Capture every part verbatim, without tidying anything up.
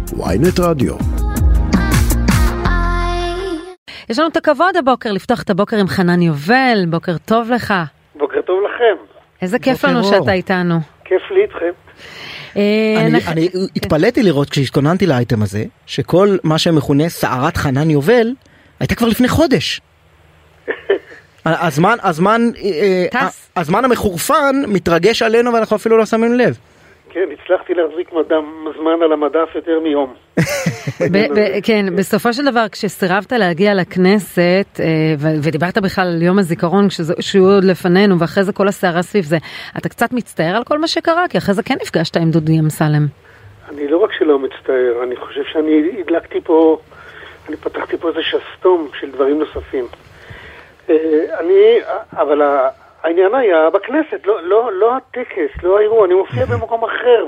וויינט רדיו. יש לנו את הכבוד הבוקר לפתוח את הבוקר עם חנן יובל. בוקר טוב לך. בוקר טוב לכם. איזה כיף לנו שאתה איתנו. כיף לי איתכם. אני התפלאתי לראות כשהתכוננתי לאייטם הזה, שכל מה שמכונה סערת חנן יובל הייתה כבר לפני חודש. הזמן, הזמן, הזמן המחורפן מתרגש עלינו ואנחנו אפילו לא שמים לב. כן, הצלחתי להחזיק זמן על המדף יותר מיום. כן, בסופו של דבר, כשסירבת להגיע לכנסת, ודיברת בכלל על יום הזיכרון, שהוא עוד לפנינו, ואחרי זה כל הסערה סביב זה, אתה קצת מצטער על כל מה שקרה, כי אחרי זה כן נפגשת עם דודי אמסלם. אני לא רק שלא מצטער, אני חושב שאני הדלקתי פה, אני פתחתי פה איזה שסתום של דברים נוספים. אני, אבל העניין היה בכנסת, לא, לא, לא הטקס, לא האירוע, אני מופיע במקום אחר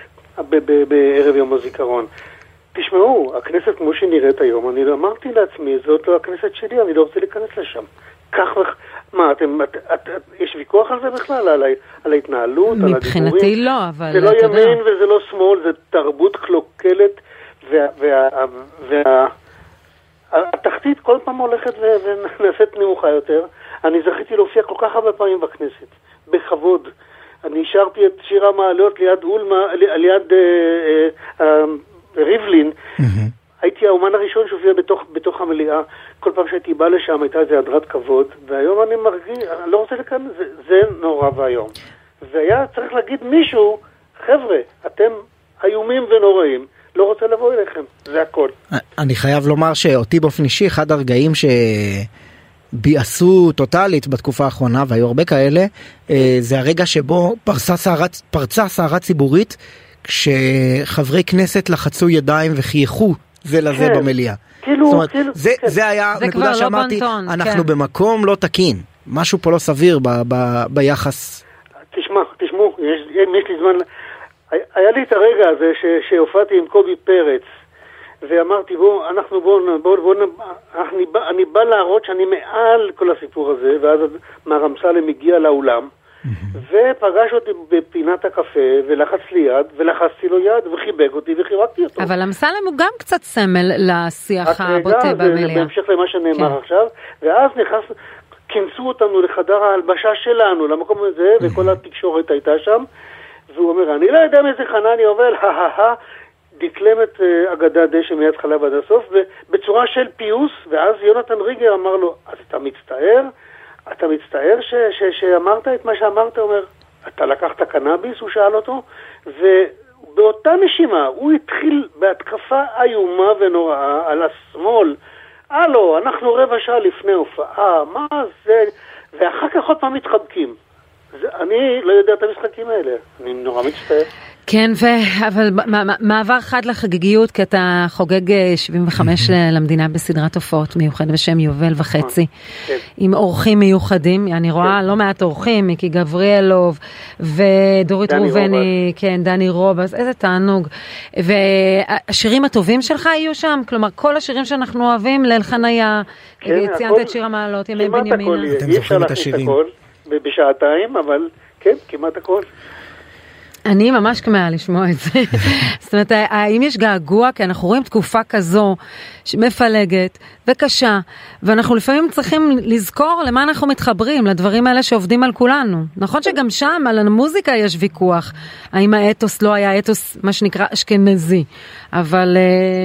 בערב יום הזיכרון. תשמעו, הכנסת כמו שהיא נראית היום, אני אמרתי לעצמי, זאת לא הכנסת שלי, אני לא רוצה להיכנס לשם. כך וח... מה, אתם, את, את, את, יש ויכוח על זה בכלל, על, על ההתנהלות, על הדיבורים? מבחינתי לא, אבל... זה לא ימין וזה לא שמאל, זה תרבות קלוקלת, וה... וה, וה, וה התחתית כל פעם הולכת ונעשית נמוכה יותר. אני זכיתי להופיע כל כך הרבה פעמים בכנסת, בכבוד. אני השארתי את שיר המעלות ליד אולמה, ליד אה, אה, ריבלין. הייתי האומן הראשון שהופיע בתוך, בתוך המליאה. כל פעם שהייתי בא לשם הייתה איזו הדרת כבוד, והיום אני מרגיש, אני לא רוצה לכאן, זה, זה נורא והיום. והיה צריך להגיד מישהו, חבר'ה, אתם איומים ונוראים, לא רוצה לבוא אליכם, זה הכל. אני חייב לומר שאותי באופן אישי, אחד הרגעים שביאסו טוטלית בתקופה האחרונה, והיו הרבה כאלה, זה הרגע שבו פרצה סערה, פרצה סערה ציבורית, כשחברי כנסת לחצו ידיים וחייכו זה לזה במליאה. כאילו, זאת אומרת, כאילו, זה, כן. זה היה נקודה שאמרתי, לא בנטון, אנחנו כן. במקום לא תקין, משהו פה לא סביר ב, ב, ביחס. תשמע, תשמעו, יש, יש לי זמן... היה לי את הרגע הזה ש, שהופעתי עם קובי פרץ, ואמרתי, בוא, אנחנו בוא, בוא, בוא, אני, בא, אני בא להראות שאני מעל כל הסיפור הזה, ואז מר אמסלם הגיע לאולם, ופגש אותי בפינת הקפה, ולחץ לי יד, ולחצתי לו יד, וחיבק אותי, וחיבקתי אותו. אבל אמסלם הוא גם קצת סמל לשיח הבוטה במליאה. בהמשך למה שנאמר עכשיו, ואז נכנס, כנסו אותנו לחדר ההלבשה שלנו, למקום הזה, וכל התקשורת הייתה שם, והוא אומר, אני לא יודע מאיזה חנן יובל, הא דקלם את אגדת דשא מיד חלב עד הסוף, ובצורה של פיוס, ואז יונתן ריגר אמר לו, אז אתה מצטער? אתה מצטער ש- ש- שאמרת את מה שאמרת? הוא אומר, אתה לקחת קנאביס? הוא שאל אותו, ובאותה נשימה הוא התחיל בהתקפה איומה ונוראה על השמאל. הלו, אנחנו רבע שעה לפני הופעה, מה זה? ואחר כך עוד פעם מתחבקים. זה, אני לא יודע את המשחקים האלה, אני נורא מצטער. כן, ו- אבל מעבר חד לחגיגיות, כי אתה חוגג שבעים וחמש למדינה בסדרת הופעות מיוחד בשם יובל וחצי, עם אורחים מיוחדים, אני רואה לא מעט אורחים, מיקי גבריאלוב ודורית רובני, כן, דני רוב, אז איזה תענוג. והשירים הטובים שלך יהיו שם, כלומר כל השירים שאנחנו אוהבים, ליל חניה, ציינת את שיר המעלות, ימי בנימינה. אתם זוכרים את השירים? בשעתיים, אבל כן, כמעט הכל. אני ממש כמאה לשמוע את זה. זאת אומרת, האם יש געגוע? כי אנחנו רואים תקופה כזו שמפלגת וקשה, ואנחנו לפעמים צריכים לזכור למה אנחנו מתחברים, לדברים האלה שעובדים על כולנו. נכון שגם שם, על המוזיקה יש ויכוח, האם האתוס לא היה אתוס, מה שנקרא אשכנזי, אבל...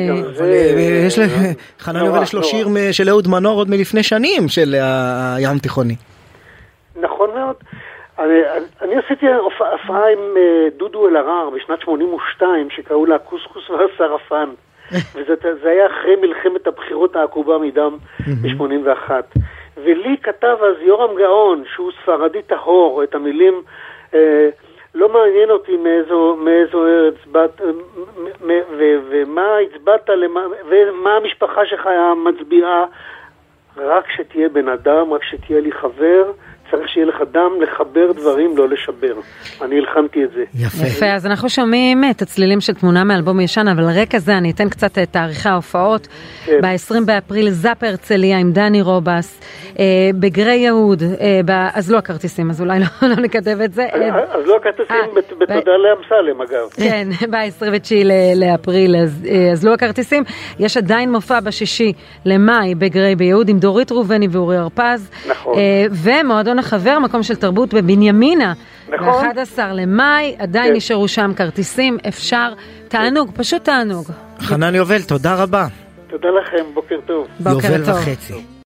יש חנן יובל יש לו שיר של אהוד מנור עוד מלפני שנים, של הים תיכוני. נכון מאוד. אני, אני עשיתי הופעה עם דודו אלהרר בשנת שמונים ושתיים, שקראו לה קוסקוס והסרפן. וזה זה היה אחרי מלחמת הבחירות העקובה מדם ב-שמונים ואחת. ולי כתב אז יורם גאון, שהוא ספרדי טהור, את המילים, אה, לא מעניין אותי מאיזו, מאיזו ארץ באת, ומה הצבעת, ומה המשפחה שלך מצביעה, רק שתהיה בן אדם, רק שתהיה לי חבר, צריך שיהיה לך דם לחבר דברים, לא לשבר. אני הלחמתי את זה. יפה. יפה, אז אנחנו שומעים את הצלילים של תמונה מאלבום ישן, אבל רקע זה אני אתן קצת את תאריכי ההופעות. כן. ב-עשרים באפריל זאפ הרצליה עם דני רובס, אה, בגרי יהוד, אה, ב... אז לא הכרטיסים, אז אולי לא, לא נכתב את זה. אז לא הכרטיסים, אה, בתודה ב... לאמסלם אגב. כן, ב-עשרים ותשעה לאפריל, אז, אז לא הכרטיסים. יש עדיין מופע בשישי למאי בגרי ביהוד עם דורית רובני ואורי הרפז. נכון. אה, ומועדון החבר, מקום של תרבות בבנימינה. נכון. ב-אחד עשר למאי, עדיין כן. נשארו שם כרטיסים, אפשר, תענוג, פשוט תענוג. חנן יובל, תודה רבה. תודה לכם, בוקר טוב. בוקר יובל טוב. וחצי.